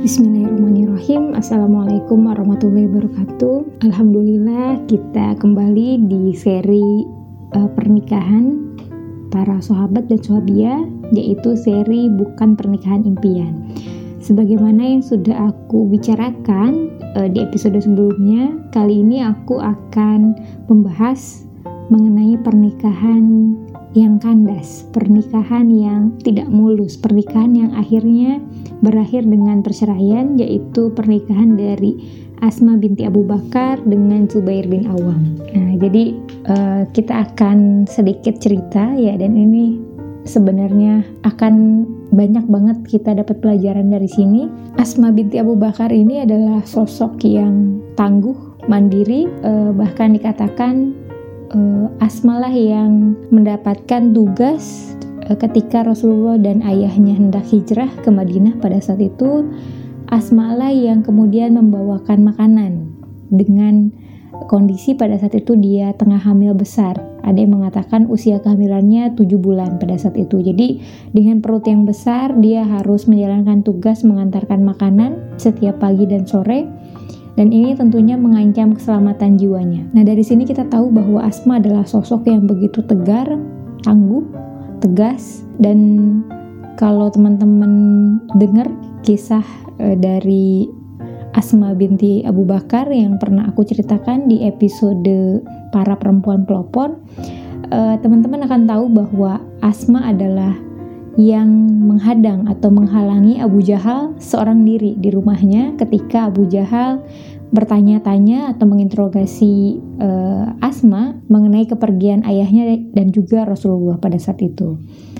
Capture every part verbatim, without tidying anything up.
Bismillahirrahmanirrahim. Assalamualaikum warahmatullahi wabarakatuh. Alhamdulillah kita kembali di seri uh, pernikahan para sahabat dan sahabiah, yaitu seri Bukan Pernikahan Impian. Sebagaimana yang sudah aku bicarakan uh, di episode sebelumnya, kali ini aku akan membahas mengenai pernikahan yang kandas, pernikahan yang tidak mulus, pernikahan yang akhirnya berakhir dengan perceraian, yaitu pernikahan dari Asma binti Abu Bakar dengan Zubair bin Awam. Nah, jadi uh, kita akan sedikit cerita ya, dan ini sebenarnya akan banyak banget kita dapat pelajaran dari sini. Asma binti Abu Bakar ini adalah sosok yang tangguh, mandiri, uh, bahkan dikatakan Uh, Asma lah yang mendapatkan tugas uh, ketika Rasulullah dan ayahnya hendak hijrah ke Madinah pada saat itu. Asma lah yang kemudian membawakan makanan dengan kondisi pada saat itu dia tengah hamil besar. Ada yang mengatakan usia kehamilannya tujuh bulan pada saat itu. Jadi dengan perut yang besar dia harus menjalankan tugas mengantarkan makanan setiap pagi dan sore. Dan ini tentunya mengancam keselamatan jiwanya. Nah, dari sini kita tahu bahwa Asma adalah sosok yang begitu tegar, tangguh, tegas. Dan kalau teman-teman dengar kisah e, dari Asma binti Abu Bakar yang pernah aku ceritakan di episode para perempuan pelopor, e, teman-teman akan tahu bahwa Asma adalah yang menghadang atau menghalangi Abu Jahal seorang diri di rumahnya ketika Abu Jahal bertanya-tanya atau menginterogasi uh, Asma mengenai kepergian ayahnya dan juga Rasulullah pada saat itu.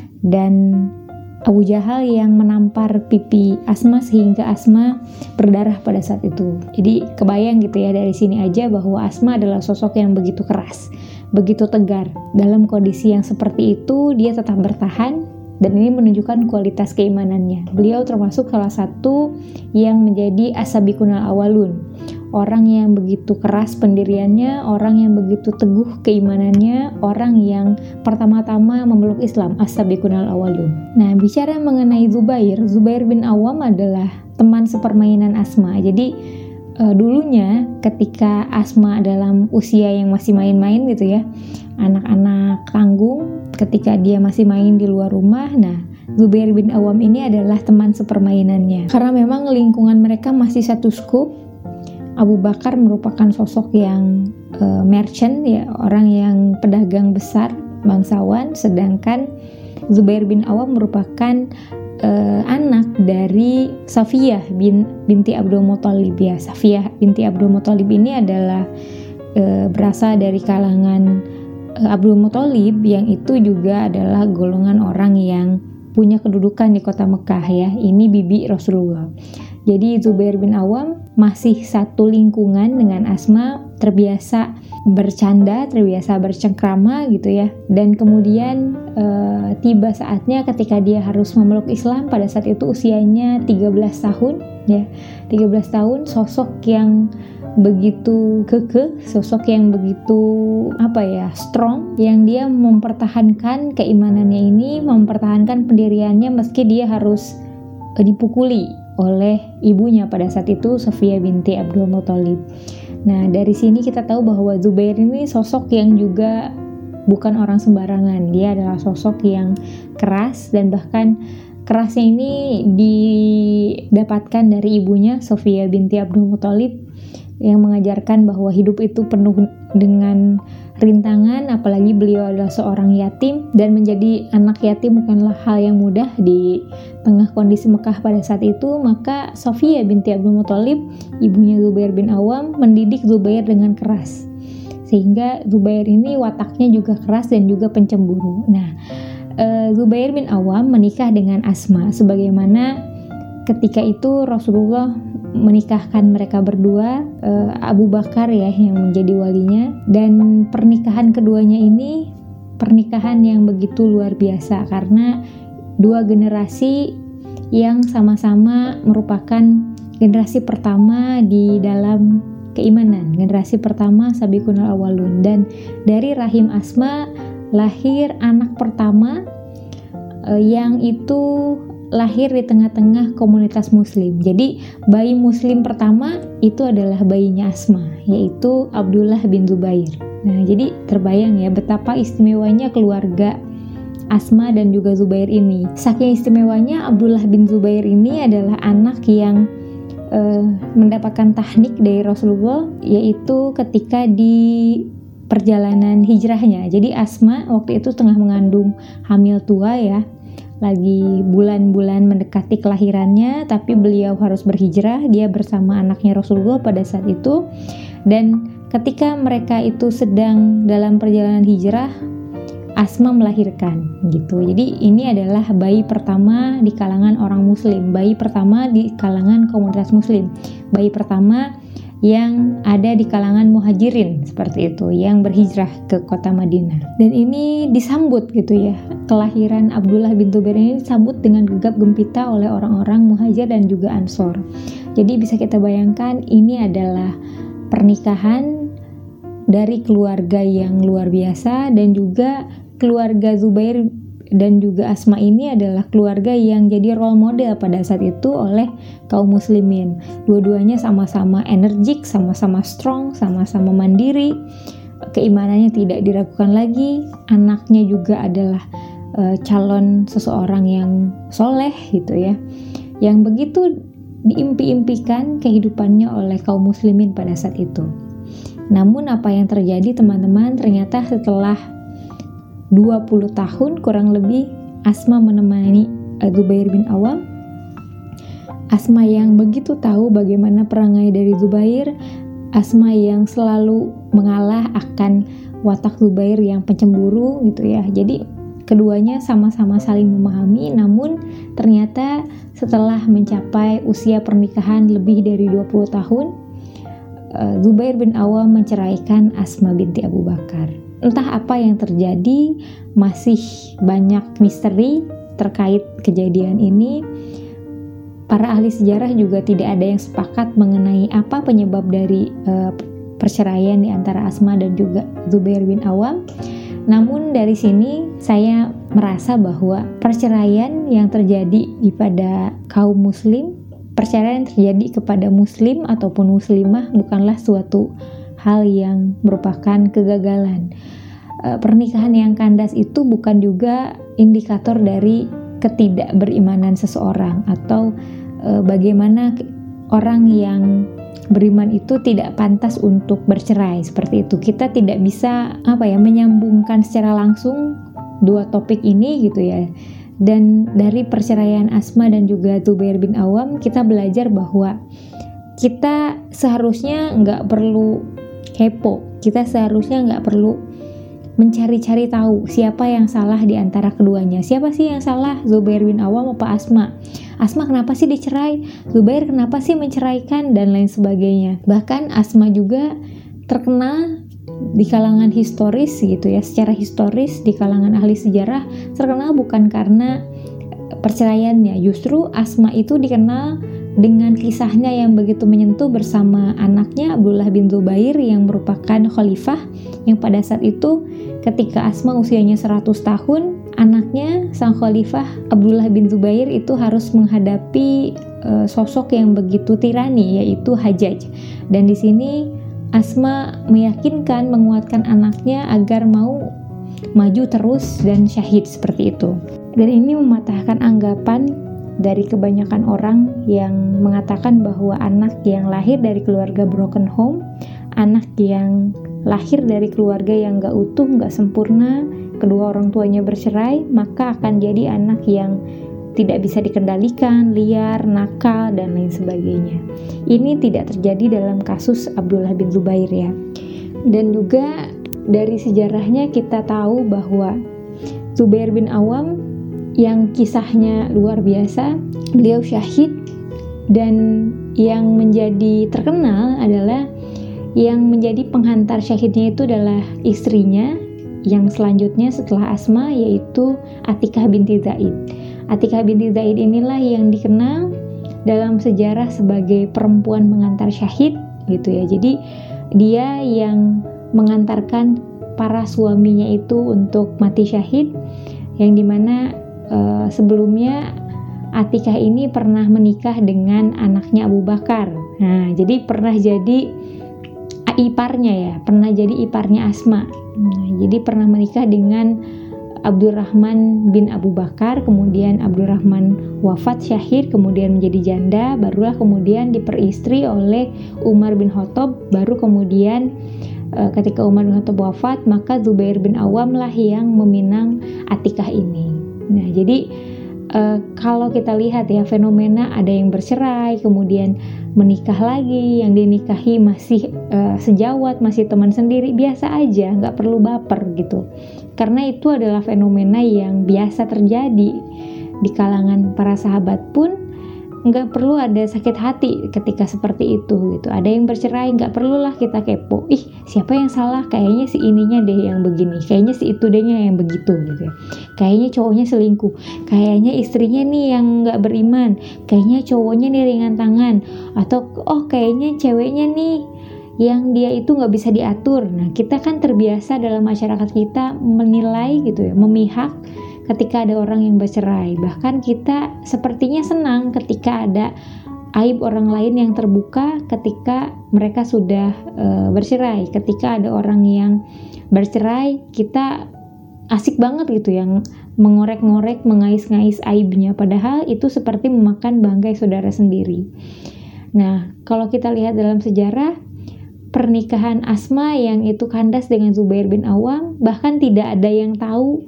Dan Abu Jahal yang menampar pipi Asma sehingga Asma berdarah pada saat itu. Jadi kebayang gitu ya dari sini aja bahwa Asma adalah sosok yang begitu keras, begitu tegar. Dalam kondisi yang seperti itu dia tetap bertahan. Dan ini menunjukkan kualitas keimanannya. Beliau termasuk salah satu yang menjadi as-sabiqunal awwalun. Orang yang begitu keras pendiriannya, orang yang begitu teguh keimanannya, orang yang pertama-tama memeluk Islam, as-sabiqunal awwalun. Nah, bicara mengenai Zubair, Zubair bin Awam adalah teman sepermainan Asma. Jadi uh, dulunya ketika Asma dalam usia yang masih main-main gitu ya, anak-anak tanggung, ketika dia masih main di luar rumah, nah Zubair bin Awam ini adalah teman sepermainannya. Karena memang lingkungan mereka masih satu skup. Abu Bakar merupakan sosok yang uh, merchant ya, orang yang pedagang besar, bangsawan, sedangkan Zubair bin Awam merupakan uh, anak dari Safiyah bin, binti Abdul Muthalib ya. Safiyah binti Abdul Muthalib ini adalah uh, berasal dari kalangan Abdul Muthalib yang itu juga adalah golongan orang yang punya kedudukan di kota Mekah ya. Ini bibi Rasulullah. Jadi Zubair bin Awam masih satu lingkungan dengan Asma, terbiasa bercanda, terbiasa bercengkrama gitu ya. Dan kemudian e, tiba saatnya ketika dia harus memeluk Islam. Pada saat itu usianya tiga belas tahun ya. tiga belas tahun, sosok yang begitu kekeh, sosok yang begitu apa ya, strong, yang dia mempertahankan keimanannya ini, mempertahankan pendiriannya meski dia harus dipukuli oleh ibunya pada saat itu, Safiyah binti Abdul Muthalib. Nah, dari sini kita tahu bahwa Zubair ini sosok yang juga bukan orang sembarangan. Dia adalah sosok yang keras, dan bahkan kerasnya ini didapatkan dari ibunya, Safiyah binti Abdul Muthalib, yang mengajarkan bahwa hidup itu penuh dengan rintangan, apalagi beliau adalah seorang yatim, dan menjadi anak yatim bukanlah hal yang mudah di tengah kondisi Mekah pada saat itu. Maka Safiyah binti Abdul Muthalib, ibunya Zubair bin Awam, mendidik Zubair dengan keras, sehingga Zubair ini wataknya juga keras dan juga pencemburu. Nah, e, Zubair bin Awam menikah dengan Asma, sebagaimana ketika itu Rasulullah menikahkan mereka berdua, uh, Abu Bakar ya yang menjadi walinya. Dan pernikahan keduanya ini pernikahan yang begitu luar biasa karena dua generasi yang sama-sama merupakan generasi pertama di dalam keimanan, generasi pertama sabiqunal awwalun. Dan dari rahim Asma lahir anak pertama uh, yang itu lahir di tengah-tengah komunitas muslim. Jadi bayi muslim pertama itu adalah bayinya Asma, yaitu Abdullah bin Zubair. Nah, jadi terbayang ya betapa istimewanya keluarga Asma dan juga Zubair ini. Saking istimewanya, Abdullah bin Zubair ini adalah anak yang uh, mendapatkan tahnik dari Rasulullah, yaitu ketika di perjalanan hijrahnya. Jadi Asma waktu itu tengah mengandung hamil tua ya, lagi bulan-bulan mendekati kelahirannya, tapi beliau harus berhijrah, dia bersama anaknya Rasulullah pada saat itu. Dan ketika mereka itu sedang dalam perjalanan hijrah, Asma melahirkan gitu. Jadi ini adalah bayi pertama di kalangan orang muslim, bayi pertama di kalangan komunitas muslim, bayi pertama yang ada di kalangan muhajirin seperti itu, yang berhijrah ke kota Madinah. Dan ini disambut gitu ya, kelahiran Abdullah bin Zubair ini disambut dengan gegap gempita oleh orang-orang muhajir dan juga ansor. Jadi bisa kita bayangkan ini adalah pernikahan dari keluarga yang luar biasa, dan juga keluarga Zubair dan juga Asma ini adalah keluarga yang jadi role model pada saat itu oleh kaum muslimin. Dua-duanya sama-sama energik, sama-sama strong, sama-sama mandiri, keimanannya tidak diragukan lagi. Anaknya juga adalah uh, calon seseorang yang soleh gitu ya, yang begitu diimpi-impikan kehidupannya oleh kaum muslimin pada saat itu. Namun apa yang terjadi teman-teman, ternyata setelah dua puluh tahun kurang lebih Asma menemani Zubair bin Awam. Asma yang begitu tahu bagaimana perangai dari Zubair, Asma yang selalu mengalah akan watak Zubair yang pencemburu gitu ya. Jadi keduanya sama-sama saling memahami, namun ternyata setelah mencapai usia pernikahan lebih dari dua puluh tahun, Zubair bin Awam menceraikan Asma binti Abu Bakar. Entah apa yang terjadi, masih banyak misteri terkait kejadian ini. Para ahli sejarah juga tidak ada yang sepakat mengenai apa penyebab dari uh, perceraian di antara Asma dan juga Zubair bin Awam. Namun dari sini saya merasa bahwa perceraian yang terjadi di pada kaum muslim, perceraian yang terjadi kepada muslim ataupun muslimah bukanlah suatu hal yang merupakan kegagalan. E, pernikahan yang kandas itu bukan juga indikator dari ketidakberimanan seseorang, atau e, bagaimana orang yang beriman itu tidak pantas untuk bercerai seperti itu. Kita tidak bisa apa ya menyambungkan secara langsung dua topik ini gitu ya. Dan dari perceraian Asma dan juga Zubair bin Awam, kita belajar bahwa kita seharusnya nggak perlu kepo, kita seharusnya nggak perlu mencari-cari tahu siapa yang salah di antara keduanya. Siapa sih yang salah, Zubair bin Awam apa Asma? Asma kenapa sih dicerai? Zubair kenapa sih menceraikan? Dan lain sebagainya. Bahkan Asma juga terkenal di kalangan historis gitu ya, secara historis di kalangan ahli sejarah terkenal bukan karena perceraiannya, justru Asma itu dikenal dengan kisahnya yang begitu menyentuh bersama anaknya Abdullah bin Zubair yang merupakan khalifah, yang pada saat itu ketika Asma usianya seratus tahun, anaknya sang khalifah Abdullah bin Zubair itu harus menghadapi uh, sosok yang begitu tirani, yaitu Hajjaj. Dan di sini Asma meyakinkan, menguatkan anaknya agar mau maju terus dan syahid seperti itu. Dan ini mematahkan anggapan dari kebanyakan orang yang mengatakan bahwa anak yang lahir dari keluarga broken home, anak yang lahir dari keluarga yang gak utuh, gak sempurna, kedua orang tuanya bercerai, maka akan jadi anak yang tidak bisa dikendalikan, liar, nakal, dan lain sebagainya. Ini tidak terjadi dalam kasus Abdullah bin Zubair ya. Dan juga dari sejarahnya kita tahu bahwa Zubair bin Awam yang kisahnya luar biasa, beliau syahid, dan yang menjadi terkenal adalah yang menjadi penghantar syahidnya itu adalah istrinya yang selanjutnya setelah Asma, yaitu Atikah binti Zaid. Atikah binti Zaid inilah yang dikenal dalam sejarah sebagai perempuan mengantar syahid gitu ya. Jadi dia yang mengantarkan para suaminya itu untuk mati syahid, yang dimana uh, sebelumnya Atikah ini pernah menikah dengan anaknya Abu Bakar. Nah, jadi pernah jadi iparnya ya, pernah jadi iparnya Asma. Nah, jadi pernah menikah dengan Abdurrahman bin Abu Bakar, kemudian Abdurrahman wafat syahid, kemudian menjadi janda, barulah kemudian diperistri oleh Umar bin Khattab, baru kemudian e, ketika Umar bin Khattab wafat, maka Zubair bin Awam lah yang meminang Atikah ini. Nah, jadi e, kalau kita lihat ya, fenomena ada yang bercerai, kemudian menikah lagi, yang dinikahi masih e, sejawat, masih teman sendiri, biasa aja, nggak perlu baper gitu. Karena itu adalah fenomena yang biasa terjadi di kalangan para sahabat pun, nggak perlu ada sakit hati ketika seperti itu gitu. Ada yang bercerai, nggak perlulah kita kepo, ih siapa yang salah, kayaknya si ininya deh yang begini, kayaknya si itu dehnya yang begitu gitu ya. Kayaknya cowoknya selingkuh, kayaknya istrinya nih yang nggak beriman, kayaknya cowoknya nih ringan tangan, atau oh kayaknya ceweknya nih yang dia itu nggak bisa diatur. Nah, kita kan terbiasa dalam masyarakat kita menilai gitu ya, memihak ketika ada orang yang bercerai. Bahkan kita sepertinya senang ketika ada aib orang lain yang terbuka ketika mereka sudah e, bercerai. Ketika ada orang yang bercerai, kita asik banget gitu yang mengorek-ngorek, mengais-ngais aibnya, padahal itu seperti memakan bangkai saudara sendiri. Nah, kalau kita lihat dalam sejarah, pernikahan Asma yang itu kandas dengan Zubair bin Awam, bahkan tidak ada yang tahu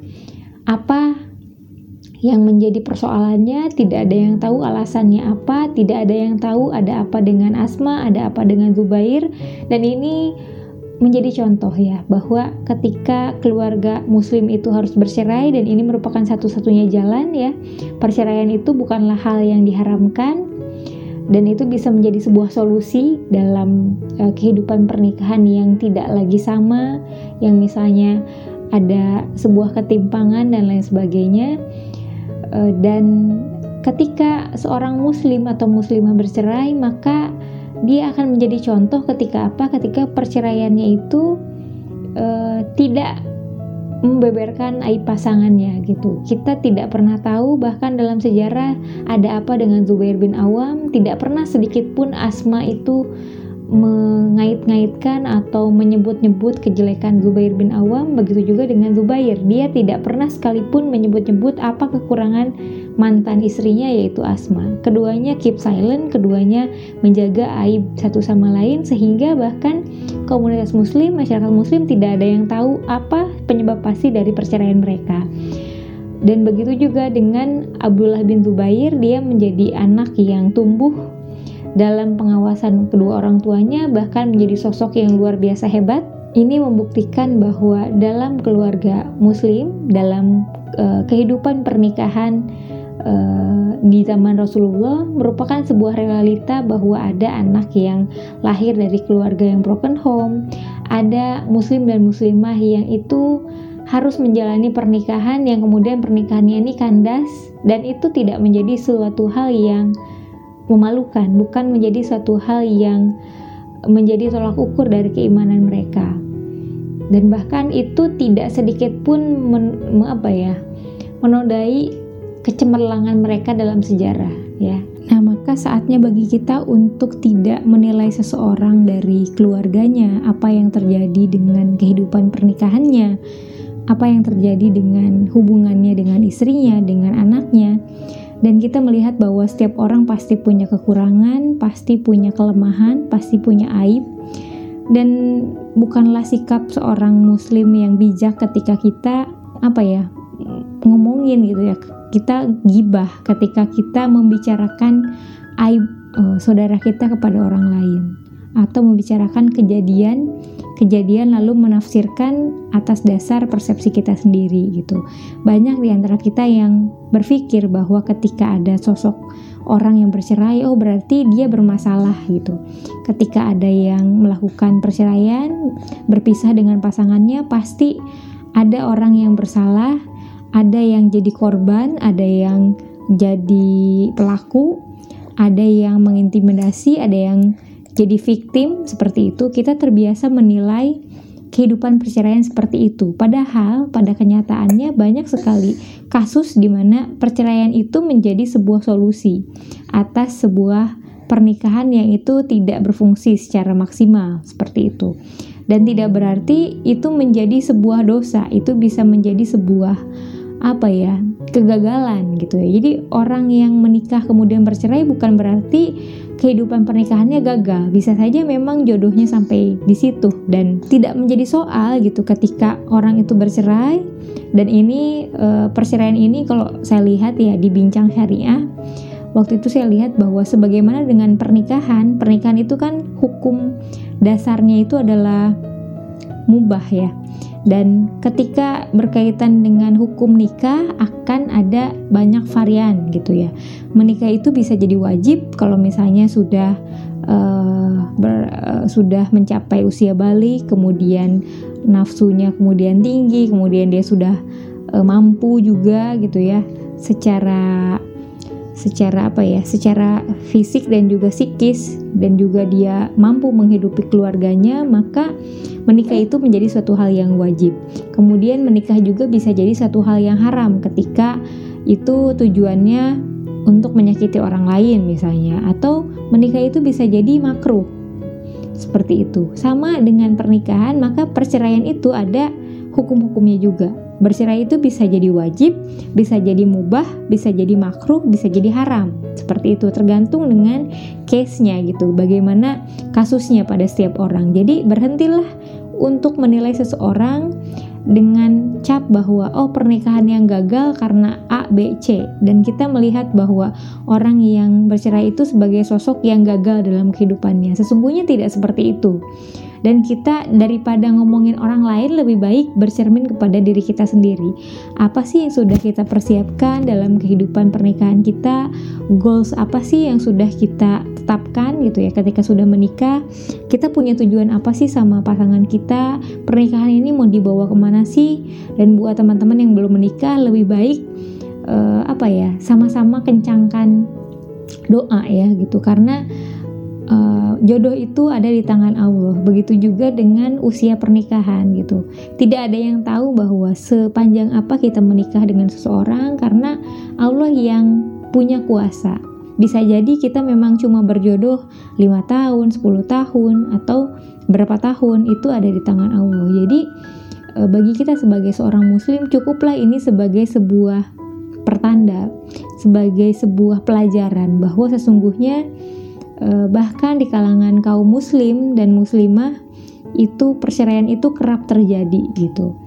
apa yang menjadi persoalannya, tidak ada yang tahu alasannya apa, tidak ada yang tahu ada apa dengan Asma, ada apa dengan Zubair. Dan ini menjadi contoh ya, bahwa ketika keluarga muslim itu harus bercerai, dan ini merupakan satu-satunya jalan ya, perceraian itu bukanlah hal yang diharamkan, dan itu bisa menjadi sebuah solusi dalam uh, kehidupan pernikahan yang tidak lagi sama, yang misalnya ada sebuah ketimpangan dan lain sebagainya. Uh, dan ketika seorang muslim atau muslimah bercerai, maka dia akan menjadi contoh ketika apa? Ketika perceraiannya itu uh, tidak membeberkan aib pasangannya gitu. Kita tidak pernah tahu bahkan dalam sejarah ada apa dengan Zubair bin Awam, tidak pernah sedikit pun Asma itu mengait-ngaitkan atau menyebut-nyebut kejelekan Zubair bin Awam. Begitu juga dengan Zubair, dia tidak pernah sekalipun menyebut-nyebut apa kekurangan mantan istrinya yaitu Asma. Keduanya keep silent, keduanya menjaga aib satu sama lain, sehingga bahkan komunitas muslim, masyarakat muslim tidak ada yang tahu apa penyebab pasti dari perceraian mereka. Dan begitu juga dengan Abdullah bin Zubair, dia menjadi anak yang tumbuh dalam pengawasan kedua orang tuanya, bahkan menjadi sosok yang luar biasa hebat. Ini membuktikan bahwa dalam keluarga muslim, dalam uh, kehidupan pernikahan uh, di zaman Rasulullah, merupakan sebuah realita bahwa ada anak yang lahir dari keluarga yang broken home, ada muslim dan muslimah yang itu harus menjalani pernikahan yang kemudian pernikahannya ini kandas, dan itu tidak menjadi suatu hal yang memalukan, bukan menjadi suatu hal yang menjadi tolak ukur dari keimanan mereka. Dan bahkan itu tidak sedikit pun men, apa ya, menodai kecemerlangan mereka dalam sejarah ya. Nah, maka saatnya bagi kita untuk tidak menilai seseorang dari keluarganya, apa yang terjadi dengan kehidupan pernikahannya, apa yang terjadi dengan hubungannya dengan istrinya, dengan anaknya. Dan kita melihat bahwa setiap orang pasti punya kekurangan, pasti punya kelemahan, pasti punya aib. Dan bukanlah sikap seorang muslim yang bijak ketika kita apa ya, ngomongin gitu ya, kita gibah ketika kita membicarakan aib uh, saudara kita kepada orang lain, atau membicarakan kejadian kejadian lalu menafsirkan atas dasar persepsi kita sendiri gitu. Banyak di antara kita yang berpikir bahwa ketika ada sosok orang yang bercerai, oh berarti dia bermasalah gitu. Ketika ada yang melakukan perceraian, berpisah dengan pasangannya, pasti ada orang yang bersalah, ada yang jadi korban, ada yang jadi pelaku, ada yang mengintimidasi, ada yang jadi victim. Seperti itu kita terbiasa menilai kehidupan perceraian seperti itu. Padahal pada kenyataannya banyak sekali kasus di mana perceraian itu menjadi sebuah solusi atas sebuah pernikahan yang itu tidak berfungsi secara maksimal seperti itu. Dan tidak berarti itu menjadi sebuah dosa, itu bisa menjadi sebuah apa ya, kegagalan gitu ya. Jadi orang yang menikah kemudian bercerai bukan berarti kehidupan pernikahannya gagal. Bisa saja memang jodohnya sampai di situ dan tidak menjadi soal gitu ketika orang itu bercerai. Dan ini e, perceraian ini kalau saya lihat ya di Bincang Syariah, waktu itu saya lihat bahwa sebagaimana dengan pernikahan, pernikahan itu kan hukum dasarnya itu adalah mubah ya. Dan ketika berkaitan dengan hukum nikah akan ada banyak varian gitu ya. Menikah itu bisa jadi wajib kalau misalnya sudah uh, ber, uh, sudah mencapai usia balik, kemudian nafsunya kemudian tinggi, kemudian dia sudah uh, mampu juga gitu ya, secara secara apa ya, secara fisik dan juga psikis, dan juga dia mampu menghidupi keluarganya, maka menikah itu menjadi suatu hal yang wajib. Kemudian menikah juga bisa jadi suatu hal yang haram ketika itu tujuannya untuk menyakiti orang lain misalnya, atau menikah itu bisa jadi makruh seperti itu. Sama dengan pernikahan, maka perceraian itu ada hukum-hukumnya juga. Bercerai itu bisa jadi wajib, bisa jadi mubah, bisa jadi makruh, bisa jadi haram. Seperti itu, tergantung dengan case-nya gitu, bagaimana kasusnya pada setiap orang. Jadi berhentilah untuk menilai seseorang dengan cap bahwa oh pernikahan yang gagal karena A, B, C, dan kita melihat bahwa orang yang bercerai itu sebagai sosok yang gagal dalam kehidupannya. Sesungguhnya tidak seperti itu. Dan kita daripada ngomongin orang lain, lebih baik bercermin kepada diri kita sendiri. Apa sih yang sudah kita persiapkan dalam kehidupan pernikahan kita? Goals apa sih yang sudah kita tetapkan gitu ya ketika sudah menikah? Kita punya tujuan apa sih sama pasangan kita? Pernikahan ini mau dibawa kemana sih? Dan buat teman-teman yang belum menikah, lebih baik uh, apa ya, sama-sama kencangkan doa ya gitu, karena Uh, jodoh itu ada di tangan Allah. Begitu juga dengan usia pernikahan gitu. Tidak ada yang tahu bahwa sepanjang apa kita menikah dengan seseorang, karena Allah yang punya kuasa. Bisa jadi kita memang cuma berjodoh lima tahun, sepuluh tahun, atau berapa tahun, itu ada di tangan Allah. Jadi uh, bagi kita sebagai seorang muslim, cukuplah ini sebagai sebuah pertanda, sebagai sebuah pelajaran bahwa sesungguhnya bahkan di kalangan kaum muslim dan muslimah itu perceraian itu kerap terjadi gitu.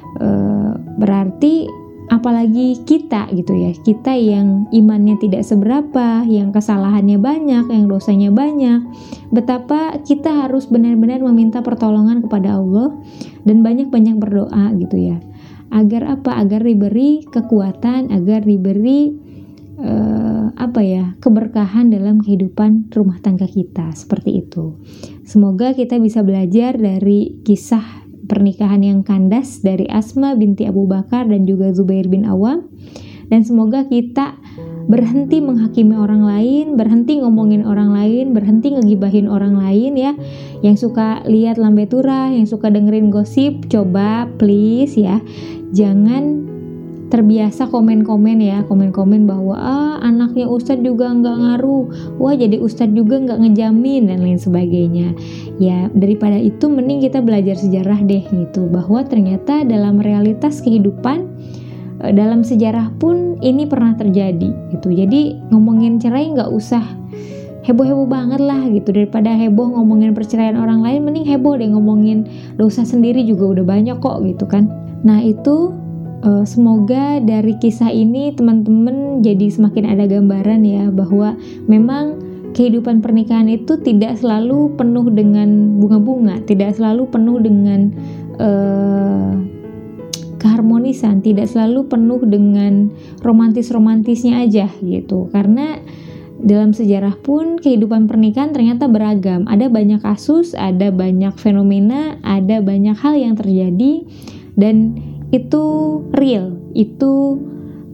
Berarti apalagi kita gitu ya, kita yang imannya tidak seberapa, yang kesalahannya banyak, yang dosanya banyak, betapa kita harus benar-benar meminta pertolongan kepada Allah dan banyak-banyak berdoa gitu ya, agar apa? Agar diberi kekuatan, agar diberi Uh, apa ya, keberkahan dalam kehidupan rumah tangga kita, seperti itu. Semoga kita bisa belajar dari kisah pernikahan yang kandas dari Asma binti Abu Bakar dan juga Zubair bin Awam, dan semoga kita berhenti menghakimi orang lain, berhenti ngomongin orang lain, berhenti ngegibahin orang lain ya. Yang suka lihat lambe turah, yang suka dengerin gosip, coba please ya, jangan terbiasa komen-komen ya, komen-komen bahwa ah anaknya ustadz juga nggak ngaruh, wah jadi ustadz juga nggak ngejamin, dan lain sebagainya. Ya daripada itu mending kita belajar sejarah deh gitu, bahwa ternyata dalam realitas kehidupan, dalam sejarah pun ini pernah terjadi gitu. Jadi ngomongin cerai nggak usah heboh-heboh banget lah gitu. Daripada heboh ngomongin perceraian orang lain, mending heboh deh ngomongin dosa sendiri juga udah banyak kok gitu kan. Nah itu Uh, semoga dari kisah ini teman-teman jadi semakin ada gambaran ya, bahwa memang kehidupan pernikahan itu tidak selalu penuh dengan bunga-bunga, tidak selalu penuh dengan uh, keharmonisan, tidak selalu penuh dengan romantis-romantisnya aja gitu. Karena dalam sejarah pun kehidupan pernikahan ternyata beragam, ada banyak kasus, ada banyak fenomena, ada banyak hal yang terjadi, dan itu real, itu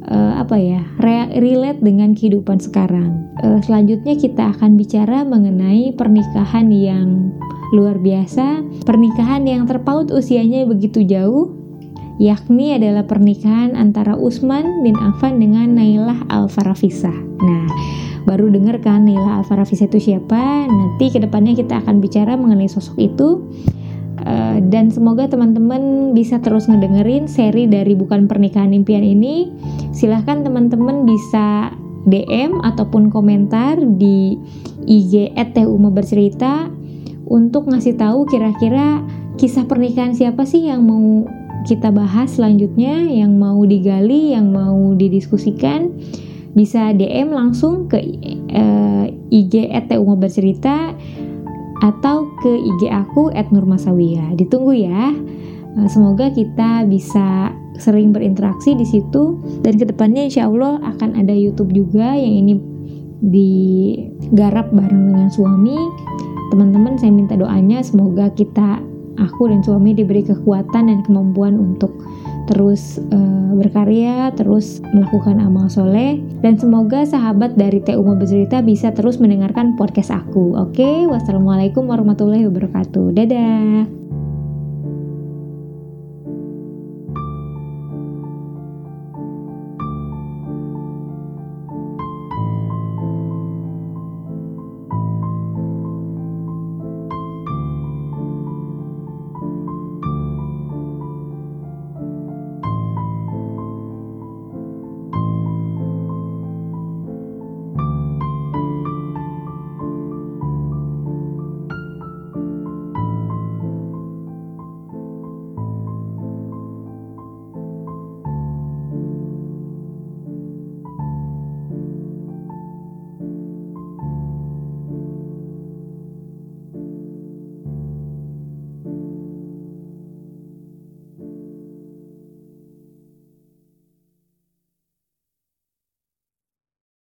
uh, apa ya re- relate dengan kehidupan sekarang. Uh, selanjutnya kita akan bicara mengenai pernikahan yang luar biasa, pernikahan yang terpaut usianya begitu jauh, yakni adalah pernikahan antara Utsman bin Affan dengan Nailah Al-Farafisah. Nah, baru dengar kan Nailah Al-Farafisah itu siapa? Nanti kedepannya kita akan bicara mengenai sosok itu. Uh, dan semoga teman-teman bisa terus ngedengerin seri dari Bukan Pernikahan Impian ini. Silahkan teman-teman bisa D M ataupun komentar di I G et tuhuma bercerita untuk ngasih tahu kira-kira kisah pernikahan siapa sih yang mau kita bahas selanjutnya, yang mau digali, yang mau didiskusikan. Bisa D M langsung ke uh, I G et tuhuma bercerita atau ke I G aku et nurmasawiyah. Ditunggu ya. Semoga kita bisa sering berinteraksi di situ, dan kedepannya insya Allah akan ada YouTube juga yang ini digarap bareng dengan suami. Teman-teman, saya minta doanya semoga kita, aku dan suami diberi kekuatan dan kemampuan untuk terus uh, berkarya, terus melakukan amal soleh, dan semoga sahabat dari Tuhuma Bercerita bisa terus mendengarkan podcast aku. Oke, wassalamualaikum warahmatullahi wabarakatuh. Dadah.